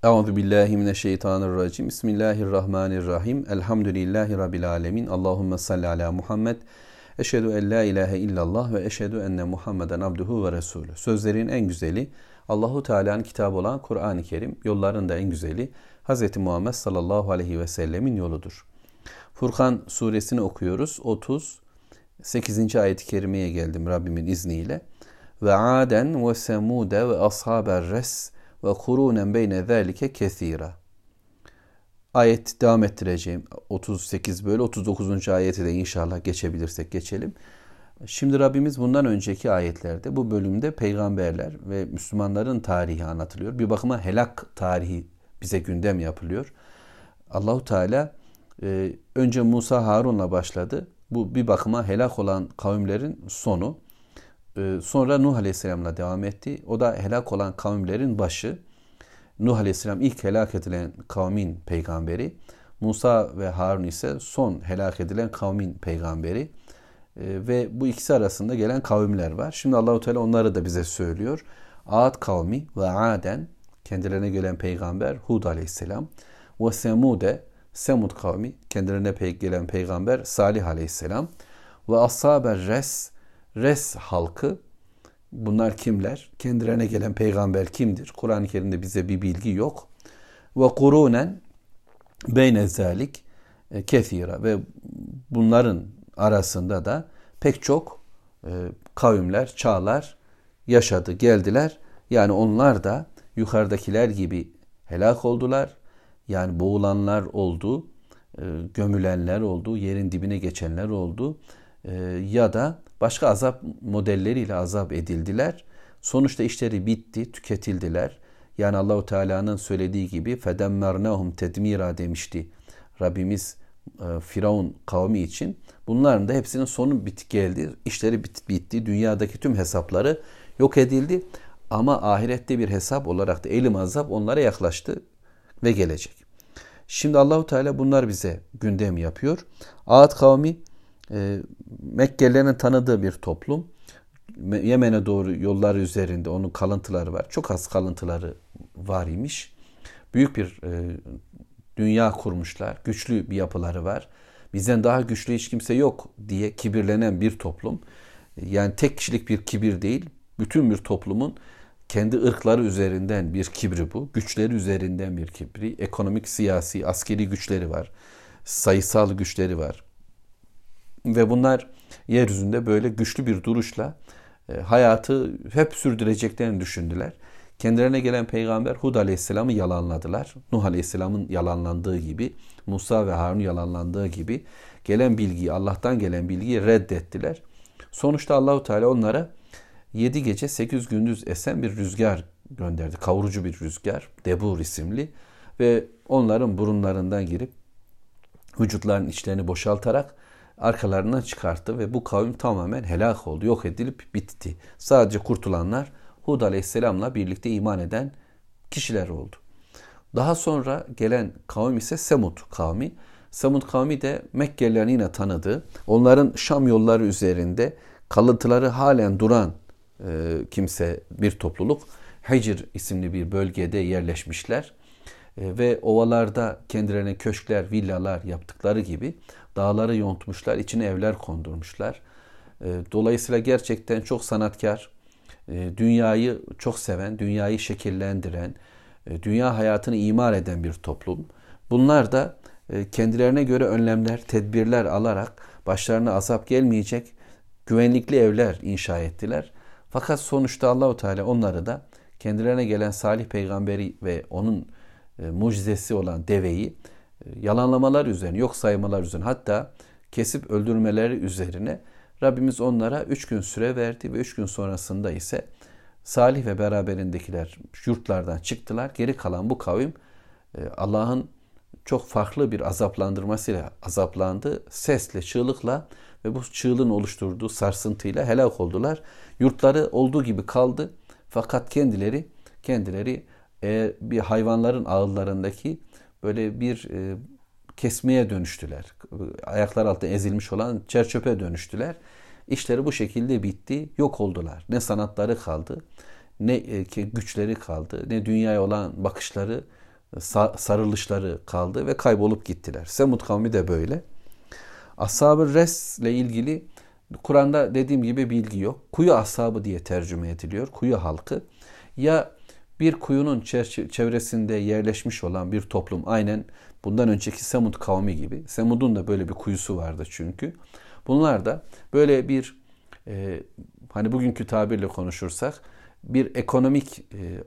Euzu billahi mineşşeytanirracim. Bismillahirrahmanirrahim. Elhamdülillahi rabbil alamin. Allahumme salli ala Muhammed. Eşhedü en la ilahe illallah ve eşhedü enne Muhammeden abduhu ve resulü. Sözlerin en güzeli Allahu Teala'nın kitabı olan Kur'an-ı Kerim, yolların da en güzeli Hz. Muhammed sallallahu aleyhi ve sellemin yoludur. Furkan suresini okuyoruz. 38. ayet-i kerimeye geldim Rabbimin izniyle. Ve aden ve semude ve ashaber res ve kurunen beyne zâlike kesîra. Ayet devam ettireceğim. 38 böyle 39. ayeti de inşallah geçebilirsek geçelim. Şimdi Rabbimiz bundan önceki ayetlerde bu bölümde peygamberler ve Müslümanların tarihi anlatılıyor. Bir bakıma helak tarihi bize gündem yapılıyor. Allahu Teala önce Musa Harun'la başladı. Bu bir bakıma helak olan kavimlerin sonu. Sonra Nuh Aleyhisselam'la devam etti. O da helak olan kavimlerin başı. Nuh Aleyhisselam ilk helak edilen kavmin peygamberi. Musa ve Harun ise son helak edilen kavmin peygamberi. Ve bu ikisi arasında gelen kavimler var. Şimdi Allahu Teala onları da bize söylüyor. Ad kavmi ve Aden, kendilerine gelen peygamber Hud Aleyhisselam. Ve Semude, Semud kavmi, kendilerine gelen peygamber Salih Aleyhisselam. Ve Ashaber Res halkı. Bunlar kimler? Kendilerine gelen peygamber kimdir? Kur'an-ı Kerim'de bize bir bilgi yok. Ve kurunen beyne zalik kethira, ve bunların arasında da pek çok kavimler, çağlar yaşadı, geldiler. Yani onlar da yukarıdakiler gibi helak oldular. Yani boğulanlar oldu, gömülenler oldu, yerin dibine geçenler oldu. Ya da başka azap modelleriyle azap edildiler. Sonuçta işleri bitti, tüketildiler. Yani Allahu Teala'nın söylediği gibi fedemmernahum tedmira demişti Rabbimiz Firavun kavmi için. Bunların da hepsinin sonu geldi. İşleri bitti. Dünyadaki tüm hesapları yok edildi. Ama ahirette bir hesap olarak da elim azap onlara yaklaştı ve gelecek. Şimdi Allahu Teala bunlar bize gündem yapıyor. Ad kavmi Mekkelilerin tanıdığı bir toplum. Yemen'e doğru yolları üzerinde onun kalıntıları var. Çok az kalıntıları var imiş. Büyük bir dünya kurmuşlar. Güçlü bir yapıları var. Bizden daha güçlü hiç kimse yok diye kibirlenen bir toplum. Yani tek kişilik bir kibir değil. Bütün bir toplumun kendi ırkları üzerinden bir kibri bu. Güçleri üzerinden bir kibri. Ekonomik, siyasi, askeri güçleri var. Sayısal güçleri var. Ve bunlar yeryüzünde böyle güçlü bir duruşla hayatı hep sürdüreceklerini düşündüler. Kendilerine gelen peygamber Hud Aleyhisselam'ı yalanladılar. Nuh Aleyhisselam'ın yalanlandığı gibi, Musa ve Harun yalanlandığı gibi gelen bilgiyi, Allah'tan gelen bilgiyi reddettiler. Sonuçta Allahu Teala onlara 7 gece 8 gündüz esen bir rüzgar gönderdi. Kavurucu bir rüzgar, Debur isimli, ve onların burunlarından girip vücutlarının içlerini boşaltarak arkalarından çıkarttı ve bu kavim tamamen helak oldu, yok edilip bitti. Sadece kurtulanlar Hud Aleyhisselam'la birlikte iman eden kişiler oldu. Daha sonra gelen kavim ise Semud kavmi. Semud kavmi de Mekkelilerin yine tanıdığı, onların Şam yolları üzerinde kalıntıları halen duran kimse, bir topluluk. Hicr isimli bir bölgede yerleşmişler. Ve ovalarda kendilerine köşkler, villalar yaptıkları gibi dağları yontmuşlar, içine evler kondurmuşlar. Dolayısıyla gerçekten çok sanatkar, dünyayı çok seven, dünyayı şekillendiren, dünya hayatını imar eden bir toplum. Bunlar da kendilerine göre önlemler, tedbirler alarak başlarına azap gelmeyecek güvenlikli evler inşa ettiler. Fakat sonuçta Allahu Teala onları da kendilerine gelen Salih peygamberi ve onun mucizesi olan deveyi yalanlamalar üzerine, yok saymalar üzerine, hatta kesip öldürmeleri üzerine Rabbimiz onlara 3 gün süre verdi ve 3 gün sonrasında ise Salih ve beraberindekiler yurtlardan çıktılar. Geri kalan bu kavim Allah'ın çok farklı bir azaplandırmasıyla azaplandı. Sesle, çığlıkla ve bu çığlığın oluşturduğu sarsıntıyla helak oldular. Yurtları olduğu gibi kaldı. Fakat kendileri bir hayvanların ağıllarındaki böyle bir kesmeye dönüştüler. Ayaklar altında ezilmiş olan çerçöpe dönüştüler. İşleri bu şekilde bitti. Yok oldular. Ne sanatları kaldı, ne güçleri kaldı, ne dünyaya olan bakışları sarılışları kaldı ve kaybolup gittiler. Semud kavmi de böyle. Ashab-ı Res ile ilgili Kur'an'da dediğim gibi bilgi yok. Kuyu ashabı diye tercüme ediliyor. Kuyu halkı. Ya bir kuyunun çevresinde yerleşmiş olan bir toplum, aynen bundan önceki Semud kavmi gibi. Semud'un da böyle bir kuyusu vardı çünkü. Bunlar da böyle bir hani bugünkü tabirle konuşursak bir ekonomik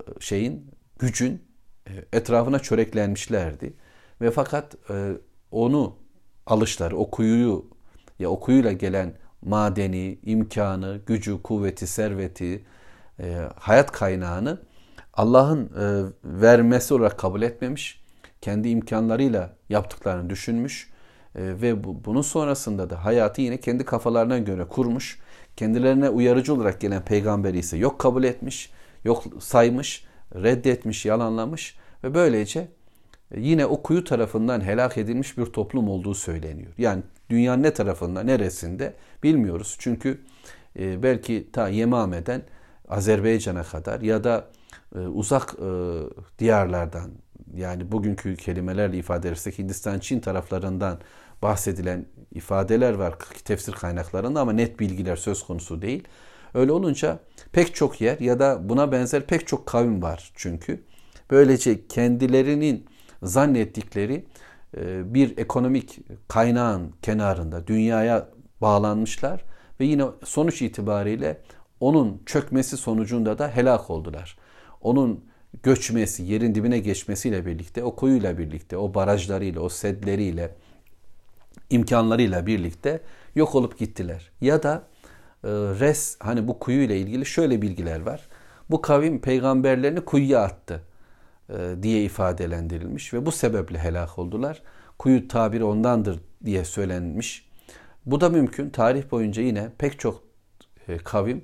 gücün etrafına çöreklenmişlerdi. Ve fakat onu alışları, o kuyuyla gelen madeni, imkanı, gücü, kuvveti, serveti, hayat kaynağını Allah'ın vermesi olarak kabul etmemiş, kendi imkanlarıyla yaptıklarını düşünmüş ve bunun sonrasında da hayatı yine kendi kafalarına göre kurmuş, kendilerine uyarıcı olarak gelen peygamberi ise yok kabul etmiş, yok saymış, reddetmiş, yalanlamış ve böylece yine o kuyu tarafından helak edilmiş bir toplum olduğu söyleniyor. Yani dünyanın ne tarafında, neresinde bilmiyoruz. Çünkü belki ta Yemame'den Azerbaycan'a kadar ya da uzak diyarlardan, yani bugünkü kelimelerle ifade edersek Hindistan, Çin taraflarından bahsedilen ifadeler var tefsir kaynaklarında ama net bilgiler söz konusu değil. Öyle olunca pek çok yer ya da buna benzer pek çok kavim var çünkü. Böylece kendilerinin zannettikleri bir ekonomik kaynağın kenarında dünyaya bağlanmışlar ve yine sonuç itibariyle onun çökmesi sonucunda da helak oldular. Onun göçmesi, yerin dibine geçmesiyle birlikte, o kuyuyla birlikte, o barajlarıyla, o sedleriyle, imkanlarıyla birlikte yok olup gittiler. Ya da hani bu kuyuyla ilgili şöyle bilgiler var. Bu kavim peygamberlerini kuyuya attı diye ifadelendirilmiş ve bu sebeple helak oldular. Kuyu tabiri ondandır diye söylenmiş. Bu da mümkün. Tarih boyunca yine pek çok kavim,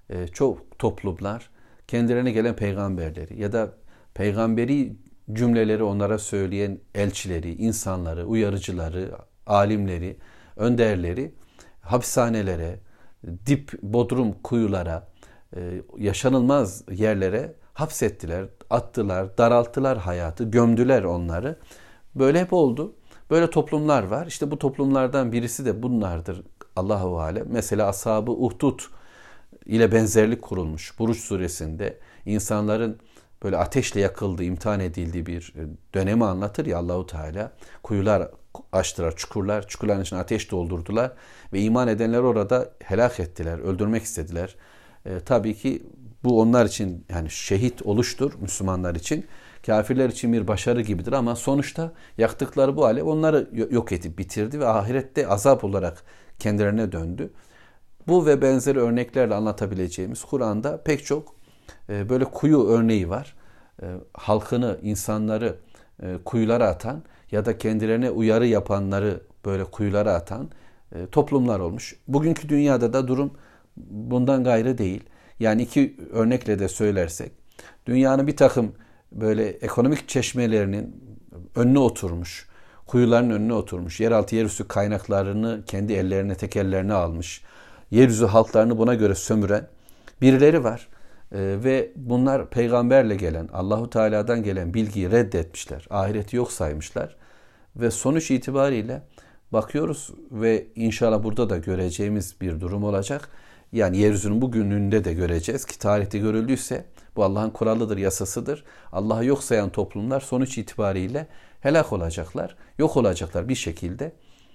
çok toplumlar kendilerine gelen peygamberleri ya da peygamberi cümleleri onlara söyleyen elçileri, insanları, uyarıcıları, alimleri, önderleri hapishanelere, dip bodrum kuyulara, yaşanılmaz yerlere hapsettiler, attılar, daralttılar hayatı, gömdüler onları. Böyle hep oldu. Böyle toplumlar var. İşte bu toplumlardan birisi de bunlardır Allahu alem. Mesela Ashab-ı Uhdud ile benzerlik kurulmuş. Buruç suresinde insanların böyle ateşle yakıldığı, imtihan edildiği bir dönemi anlatır ya Allahu Teala. Kuyular açtılar, çukurların içine ateş doldurdular ve iman edenler orada helak ettiler, öldürmek istediler. Tabii ki bu onlar için yani şehit oluştur Müslümanlar için. Kafirler için bir başarı gibidir ama sonuçta yaktıkları bu alev onları yok edip bitirdi ve ahirette azap olarak kendilerine döndü. Bu ve benzeri örneklerle anlatabileceğimiz Kur'an'da pek çok böyle kuyu örneği var. Halkını, insanları kuyulara atan ya da kendilerine uyarı yapanları böyle kuyulara atan toplumlar olmuş. Bugünkü dünyada da durum bundan gayrı değil. Yani iki örnekle de söylersek, dünyanın bir takım böyle ekonomik çeşmelerinin önüne oturmuş, kuyuların önüne oturmuş, yeraltı yerüstü kaynaklarını kendi ellerine, tekellerine almış, yeryüzü halklarını buna göre sömüren birileri var. Ve bunlar peygamberle gelen, Allahu Teala'dan gelen bilgiyi reddetmişler, ahireti yok saymışlar ve sonuç itibariyle bakıyoruz ve inşallah burada da göreceğimiz bir durum olacak. Yani yeryüzünün bugününde de göreceğiz ki tarihte görüldüyse bu Allah'ın kuralıdır, yasasıdır. Allah'ı yok sayan toplumlar sonuç itibariyle helak olacaklar, yok olacaklar bir şekilde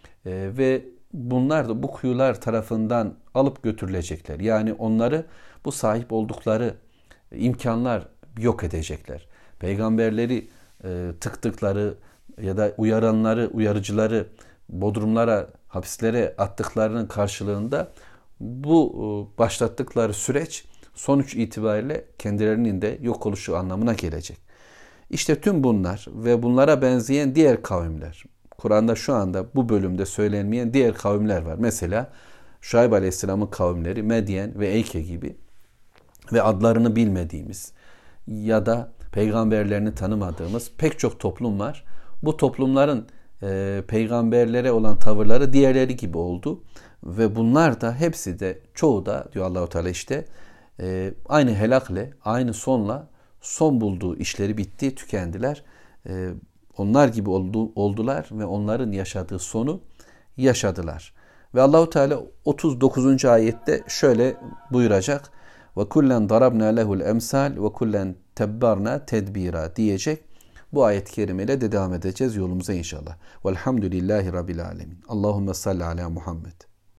ve bunlar da bu kuyular tarafından alıp götürülecekler. Yani onları bu sahip oldukları imkanlar yok edecekler. Peygamberleri tıktıkları ya da uyaranları, uyarıcıları bodrumlara, hapislere attıklarının karşılığında bu başlattıkları süreç sonuç itibariyle kendilerinin de yok oluşu anlamına gelecek. İşte tüm bunlar ve bunlara benzeyen diğer kavimler, Kur'an'da şu anda bu bölümde söylenmeyen diğer kavimler var. Mesela Şuayb Aleyhisselam'ın kavimleri Medyen ve Eyke gibi ve adlarını bilmediğimiz ya da peygamberlerini tanımadığımız pek çok toplum var. Bu toplumların peygamberlere olan tavırları diğerleri gibi oldu ve bunlar da hepsi de çoğu da diyor Allahu Teala işte aynı helakle, aynı sonla son bulduğu işleri bitti, tükendiler onlar gibi oldular ve onların yaşadığı sonu yaşadılar. Ve Allahu Teala 39. ayette şöyle buyuracak: ve kullen darabna lehul emsal ve kullen tebbarna tedbira diyecek. Bu ayet-i kerimeyle de devam edeceğiz yolumuza inşallah. Velhamdülillahi Rabbil alemin. Allahümme salli ala Muhammed.